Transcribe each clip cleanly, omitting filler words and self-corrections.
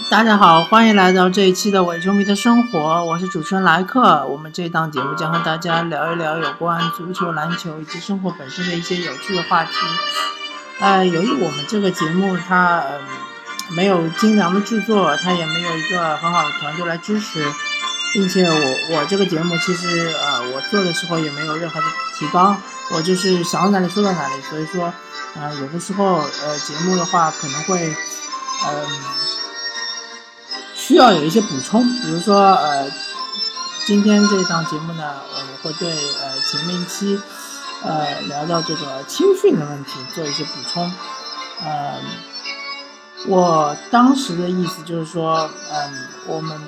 大家好，欢迎来到这一期的伪球迷的生活，我是主持人莱克。我们这档节目将和大家聊一聊有关足球、篮球以及生活本身的一些有趣的话题。由于我们这个节目它没有精良的制作，它也没有一个很好的团队来支持，并且我这个节目其实我做的时候也没有任何的提纲，我就是想到哪里说到哪里，所以说有的时候节目的话可能会需要有一些补充，比如说今天这档节目呢，我们会对前面一期聊到这个青训的问题做一些补充。我当时的意思就是说，我们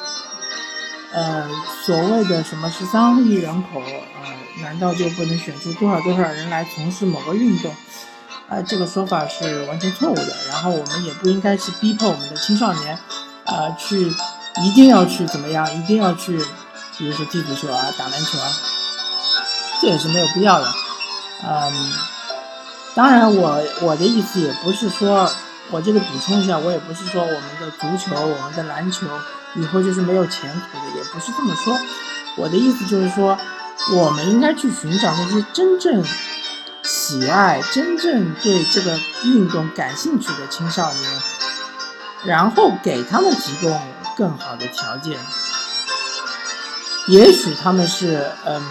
所谓的什么13亿人口，难道就不能选出多少人来从事某个运动？这个说法是完全错误的。然后我们也不应该去逼迫我们的青少年，一定要去怎么样，一定要去，比如说踢足球啊、打篮球啊，这也是没有必要的。当然我的意思也不是说，我这个补充一下，我也不是说我们的足球、我们的篮球以后就是没有前途的，也不是这么说。我的意思就是说，我们应该去寻找那些真正喜爱、真正对这个运动感兴趣的青少年，然后给他们提供更好的条件。也许他们是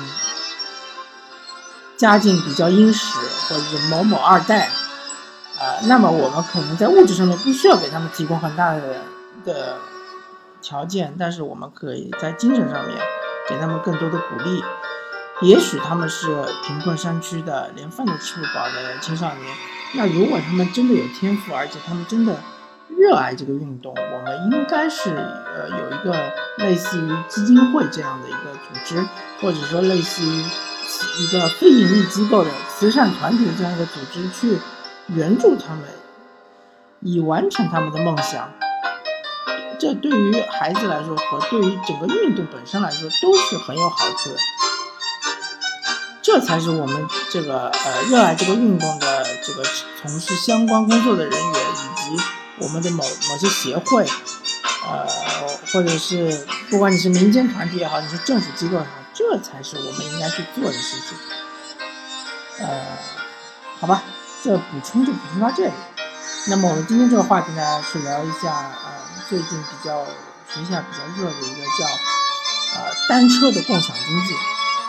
家境比较殷实，或者是某某二代，那么我们可能在物质上面不需要给他们提供很大的条件，但是我们可以在精神上面给他们更多的鼓励。也许他们是贫困山区的，连饭都吃不饱的青少年，那如果他们真的有天赋，而且他们真的热爱这个运动，我们应该是有一个类似于基金会这样的一个组织，或者说类似于一个非盈利机构的慈善团体的这样一个组织，去援助他们，以完成他们的梦想。这对于孩子来说和对于整个运动本身来说都是很有好处的。这才是我们这个热爱这个运动的这个从事相关工作的人员，以及我们的某些协会，或者是不管你是民间团体也好，你是政府机构也好，这才是我们应该去做的事情。好吧，这补充就补充到这里。那么我们今天这个话题呢，是聊一下最近学校比较热的一个叫单车的共享经济。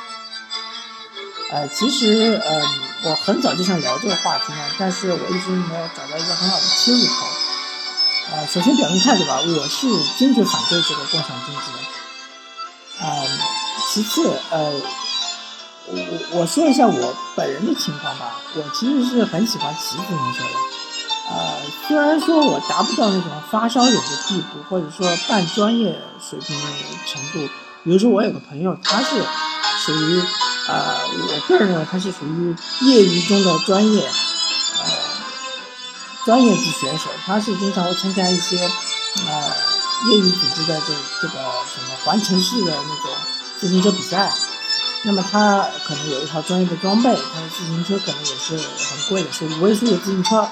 其实我很早就想聊这个话题呢，但是我一直没有找到一个很好的切入口。首先表明态度吧，我是坚决反对这个共享经济的。其次我说一下我本人的情况吧，我其实是很喜欢骑自行车的。虽然说我达不到那种发烧友的地步，或者说半专业水平的程度。比如说我有个朋友，他是属于我个人认为他是属于业余中的专业级选手，他是经常会参加一些业余组织的这个什么环城市的那种自行车比赛。那么他可能有一套专业的装备，他的自行车可能也是很贵的，是5位数的自行车。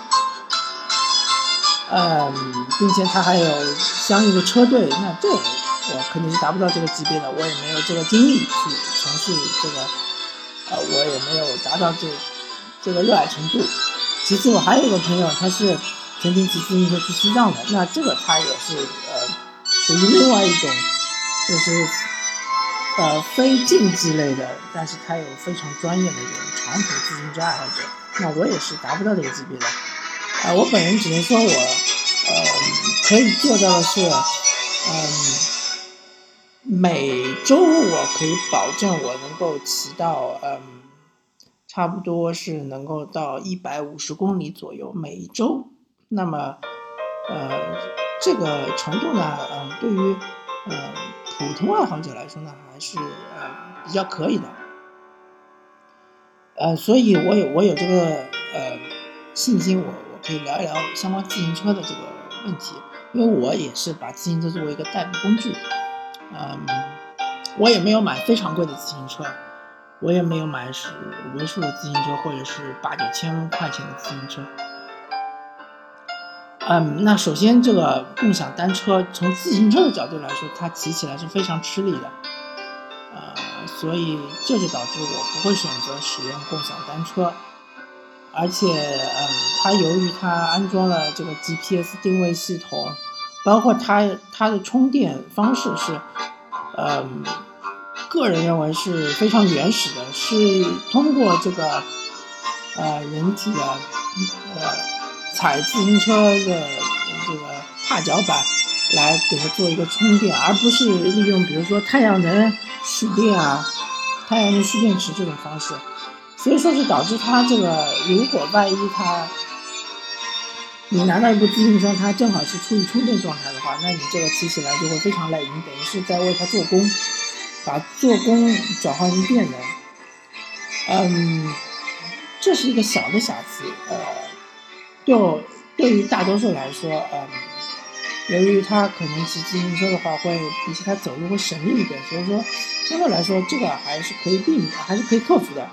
并且他还有相应的车队，那这我肯定是达不到这个级别的，我也没有这个精力去从事这个，我也没有达到这个热爱程度。其次我还有一个朋友，他是天天骑自行车去西藏的，那这个他也是属于另外一种就是非竞技类的，但是他有非常专业的这种长途自行车爱好者，那我也是达不到这个级别的。我本人只能说我可以做到的是每周我可以保证我能够骑到差不多是能够到150公里左右每一周。那么这个程度呢对于普通爱好者来说呢还是比较可以的。所以我有这个信心，我可以聊一聊相关自行车的这个问题，因为我也是把自行车作为一个代步工具。我也没有买非常贵的自行车，我也没有买是5位数的自行车，或者是8、9千块钱的自行车。 那首先这个共享单车从自行车的角度来说，它骑起来是非常吃力的，所以这就导致我不会选择使用共享单车。而且它由于它安装了这个 GPS 定位系统，包括它的充电方式是个人认为是非常原始的，是通过这个人体的踩自行车的这个踏脚板来给它做一个充电，而不是利用比如说太阳能蓄电太阳能蓄电池这种方式。所以说是导致它这个，如果万一你拿到一部自行车，它正好是处于充电状态的话，那你这个骑起来就会非常累，你等于是在为它做工，把做工转换成电能。这是一个小的瑕疵。对于大多数来说，由于它可能骑自行车的话会比起它走路会省力一点，所以说相对来说这个还是可以避免，还是可以克服的。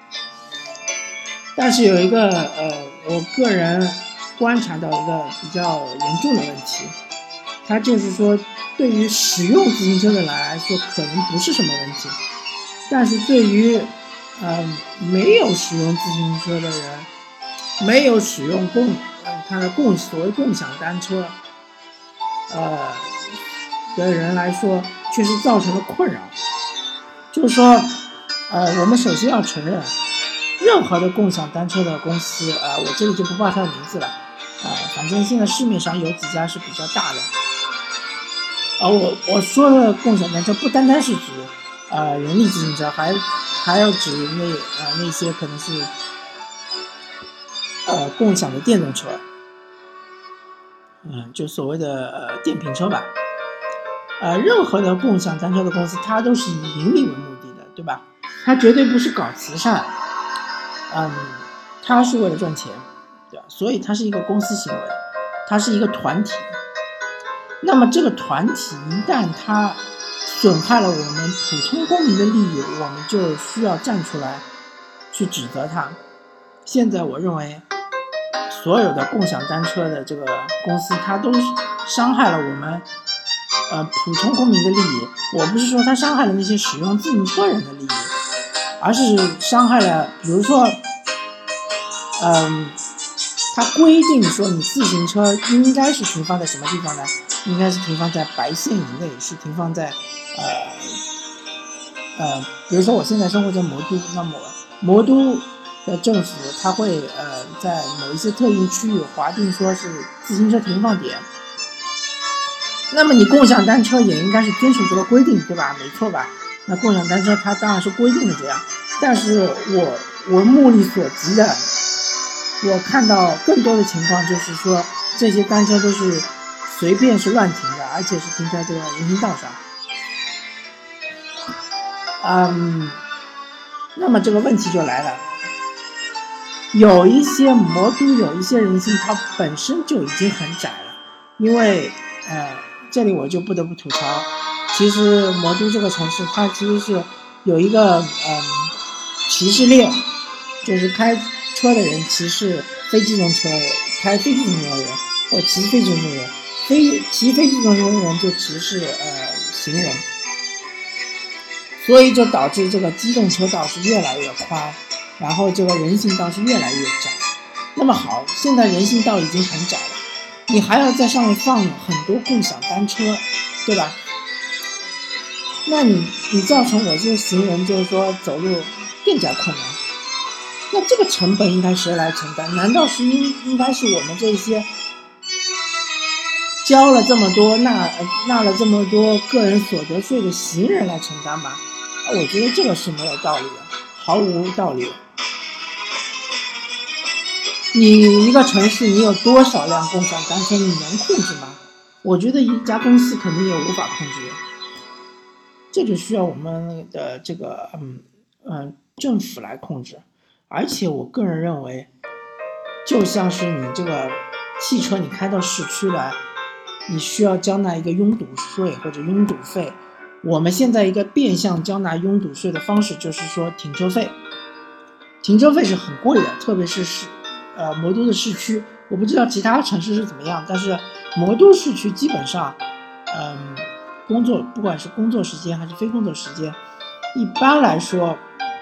但是有一个我个人观察到一个比较严重的问题，它就是说对于使用自行车的人来说可能不是什么问题，但是对于没有使用自行车的人，没有使用所谓共享单车的人来说，确实造成了困扰。就是说我们首先要承认，任何的共享单车的公司我这里就不报它的名字了反正现在市面上有几家是比较大的我说的共享单车不单单是指人力自行车，还有指那些可能是共享的电动车，就所谓的电瓶车吧。任何的共享单车的公司，它都是以盈利为目的的，对吧？它绝对不是搞慈善，它是为了赚钱，对吧？所以它是一个公司行为，它是一个团体。那么这个团体一旦它损害了我们普通公民的利益，我们就需要站出来去指责它。现在我认为所有的共享单车的这个公司，它都伤害了我们普通公民的利益。我不是说它伤害了那些使用自行车人的利益，而是伤害了比如说它规定说你自行车应该是停放在什么地方呢？应该是停放在白线以内，是停放在比如说我现在生活在魔都，那么魔都的政府它会在某一些特定区域划定说是自行车停放点。那么你共享单车也应该是遵守这个规定，对吧？没错吧？那共享单车它当然是规定的这样，但是我目力所及的，我看到更多的情况就是说这些单车都是随便是乱停的，而且是停在这个人行道上。那么这个问题就来了，有一些魔都有一些人行道本身就已经很窄了，因为这里我就不得不吐槽，其实魔都这个城市它其实是有一个歧视链，就是开车的人歧视非机动车，开非机动车的人或骑非机动车的人，骑非机动车的人就歧视行人，所以就导致这个机动车道是越来越宽，然后这个人行道是越来越窄。那么好，现在人行道已经很窄了，你还要在上面放很多共享单车，对吧？那你造成我这些行人就是说走路更加困难，那这个成本应该谁来承担？难道是应该是我们这些交了这么多纳了这么多个人所得税的行人来承担吗？我觉得这个是没有道理的，毫无道理的。你一个城市你有多少辆共享单车，你能控制吗？我觉得一家公司肯定也无法控制，这就需要我们的这个政府来控制。而且我个人认为，就像是你这个汽车你开到市区来，你需要交纳一个拥堵税或者拥堵费，我们现在一个变相交纳拥堵税的方式就是说停车费。停车费是很贵的，特别是魔都的市区， 我不知道其他城市是怎么样，但是魔都市区基本上，工作不管是工作时间还是非工作时间，一般来说，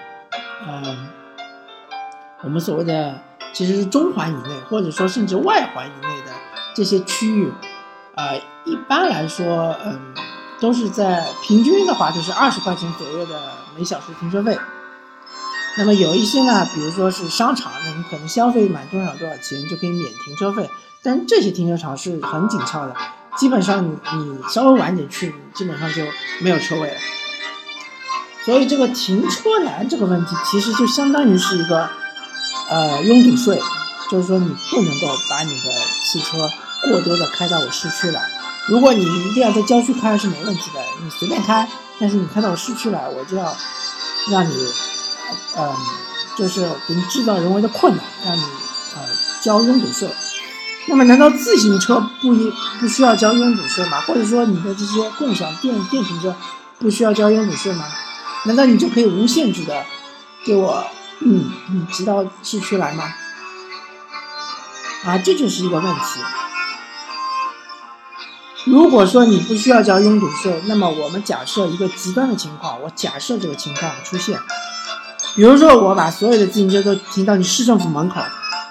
我们所谓的其实是中环以内，或者说甚至外环以内的这些区域，一般来说，都是在平均的话就是20块钱左右的每小时停车费。那么有一些呢，比如说是商场，那你可能消费满多少钱就可以免停车费，但这些停车场是很紧俏的，基本上你稍微晚点去，基本上就没有车位了。所以这个停车难这个问题，其实就相当于是一个拥堵税，就是说你不能够把你的汽车过多的开到我市区来。如果你一定要在郊区开是没问题的，你随便开，但是你开到我市区来，我就要让你就是给你制造人为的困难，让你交拥堵税。那么难道自行车不需要交拥堵税吗？或者说你的这些共享电停车不需要交拥堵税吗？难道你就可以无限制的给我骑到市区来吗？这就是一个问题。如果说你不需要交拥堵税，那么我们假设一个极端的情况，我假设这个情况出现，比如说我把所有的自行车都停到你市政府门口，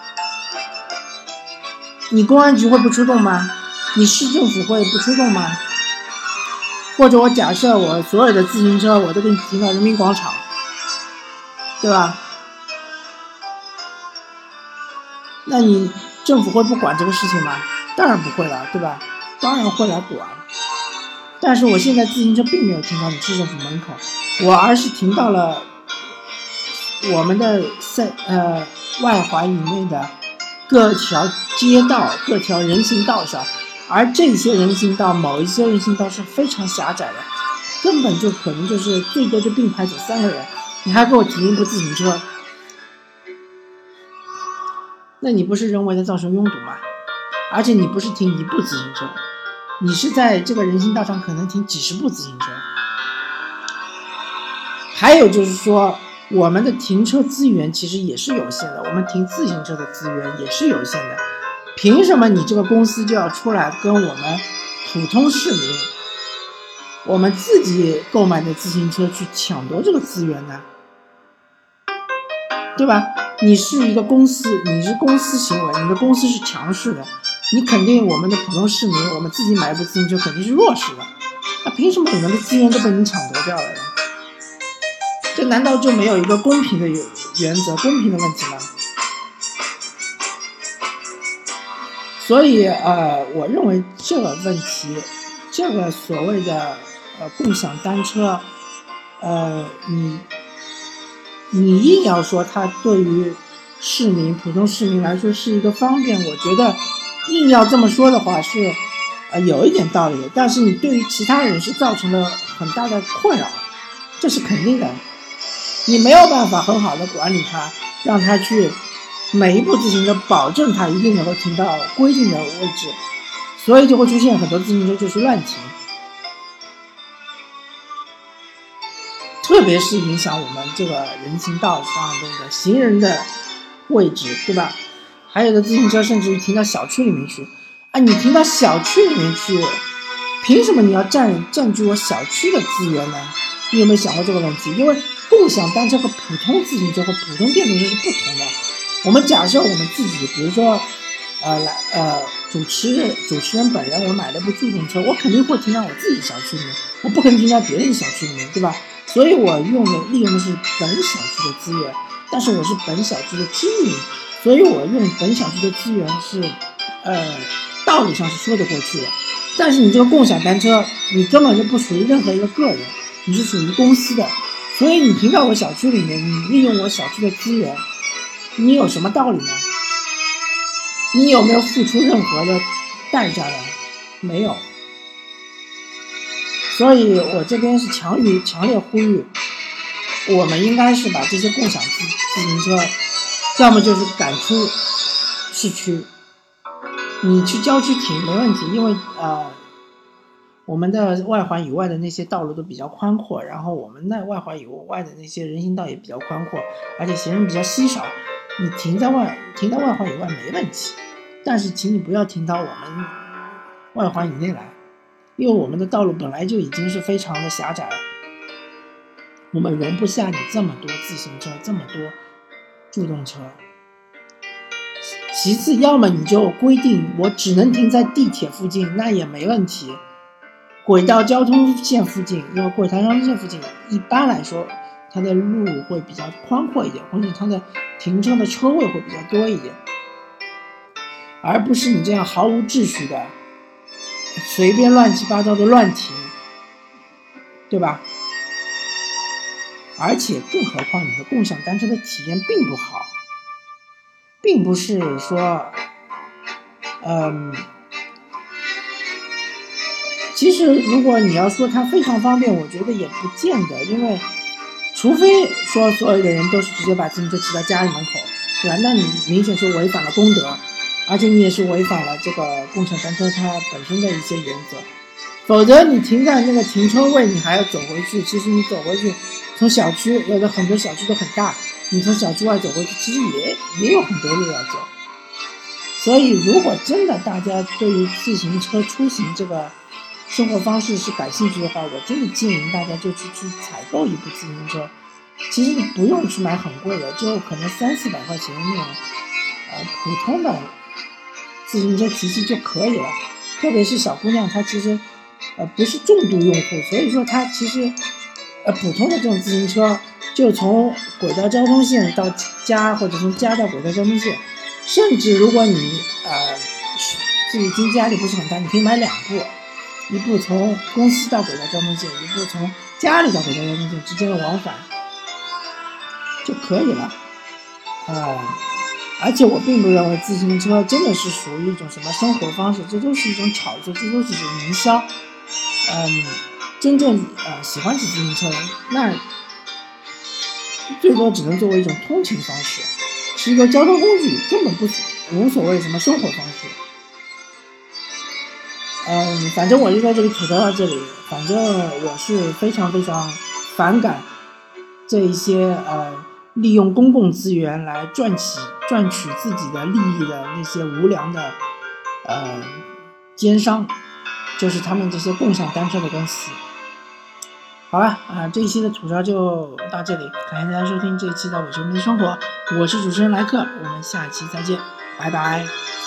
你公安局会不出动吗？你市政府会不出动吗？或者我假设我所有的自行车我都给你停到人民广场，对吧？那你政府会不管这个事情吗？当然不会了，对吧？当然会来管。但是我现在自行车并没有停到你市政府门口，我而是停到了我们的外环以内的各条街道、各条人行道上，而这些人行道，某一些人行道是非常狭窄的，根本就可能就是最多就并排走3个人，你还给我停一部自行车，那你不是人为的造成拥堵吗？而且你不是停一部自行车，你是在这个人行道上可能停几十部自行车。还有就是说，我们的停车资源其实也是有限的，我们停自行车的资源也是有限的。凭什么你这个公司就要出来跟我们普通市民，我们自己购买的自行车去抢夺这个资源呢？对吧？你是一个公司，你是公司行为，你的公司是强势的，你肯定我们的普通市民，我们自己买一部自行车肯定是弱势的，那凭什么我们的资源都被你抢夺掉了呢？这难道就没有一个公平的原则、公平的问题吗？所以我认为这个问题，这个所谓的共享单车，你硬要说它对于市民、普通市民来说是一个方便，我觉得硬要这么说的话是有一点道理的，但是你对于其他人是造成了很大的困扰，这是肯定的。你没有办法很好的管理它，让它去每一部自行车保证它一定能够停到规定的位置，所以就会出现很多自行车就是乱停，特别是影响我们这个人行道上这个行人的位置，对吧？还有的自行车甚至于停到小区里面去，你停到小区里面去，凭什么你要占据我小区的资源呢？你有没有想过这个问题？因为共享单车和普通自行车和普通电动车是不同的。我们假设我们自己，比如说主持人本人，我买了部助动车，我肯定会停到我自己小区里面，我不可能停到别人的小区里面，对吧？所以我利用的是本小区的资源，但是我是本小区的居民，所以我用本小区的资源是道理上是说得过去的。但是你这个共享单车，你根本就不属于任何一个个人，你是属于公司的，所以你停到我小区里面，你利用我小区的资源，你有什么道理呢？你有没有付出任何的代价呢？没有。所以我这边是强烈呼吁，我们应该是把这些共享自行车，要么就是赶出市区，你去郊区停没问题，因为我们的外环以外的那些道路都比较宽阔，然后我们的外环以外的那些人行道也比较宽阔，而且行人比较稀少，你停在外环以外没问题。 但是请你不要停到我们外环以内来，因为我们的道路本来就已经是非常的狭窄了，我们容不下你这么多自行车，这么多助动车。其次，要么你就规定我只能停在地铁附近，那也没问题。轨道交通线附近，因为轨道交通线附近一般来说它的路会比较宽阔一点，或者它的停车的车位会比较多一点，而不是你这样毫无秩序的随便乱七八糟的乱停，对吧？而且更何况你的共享单车的体验并不好，并不是说其实如果你要说它非常方便，我觉得也不见得，因为除非说所有的人都是直接把自行车骑到家里门口，对吧？那你明显是违反了公德，而且你也是违反了这个共享单车它本身的一些原则。否则你停在那个停车位，你还要走回去，其实你走回去从小区，有的很多小区都很大，你从小区外走回去其实也有很多路要走。所以如果真的大家对于自行车出行这个生活方式是感兴趣的话，我真的建议大家就去采购一部自行车。其实你不用去买很贵的，就可能300-400块钱那种普通的自行车骑骑就可以了。特别是小姑娘，她其实不是重度用户，所以说她其实普通的这种自行车就从轨道交通线到家，或者从家到轨道交通线，甚至如果你自己经济压力不是很大，你可以买2部，一部从公司到轨道交通线，一部从家里到轨道交通线之间的往返就可以了。而且我并不认为自行车真的是属于一种什么生活方式，这都是一种炒作，这都是一种营销。真正喜欢骑自行车的，那最多只能作为一种通勤方式，是一个交通工具，根本无所谓什么生活方式。反正我就在这里吐槽到这里。反正我是非常非常反感这一些利用公共资源来赚取自己的利益的那些无良的奸商，就是他们这些共享单车的公司。好了这一期的吐槽就到这里，感谢大家收听这一期的伪球迷的生活，我是主持人莱克，我们下期再见，拜拜。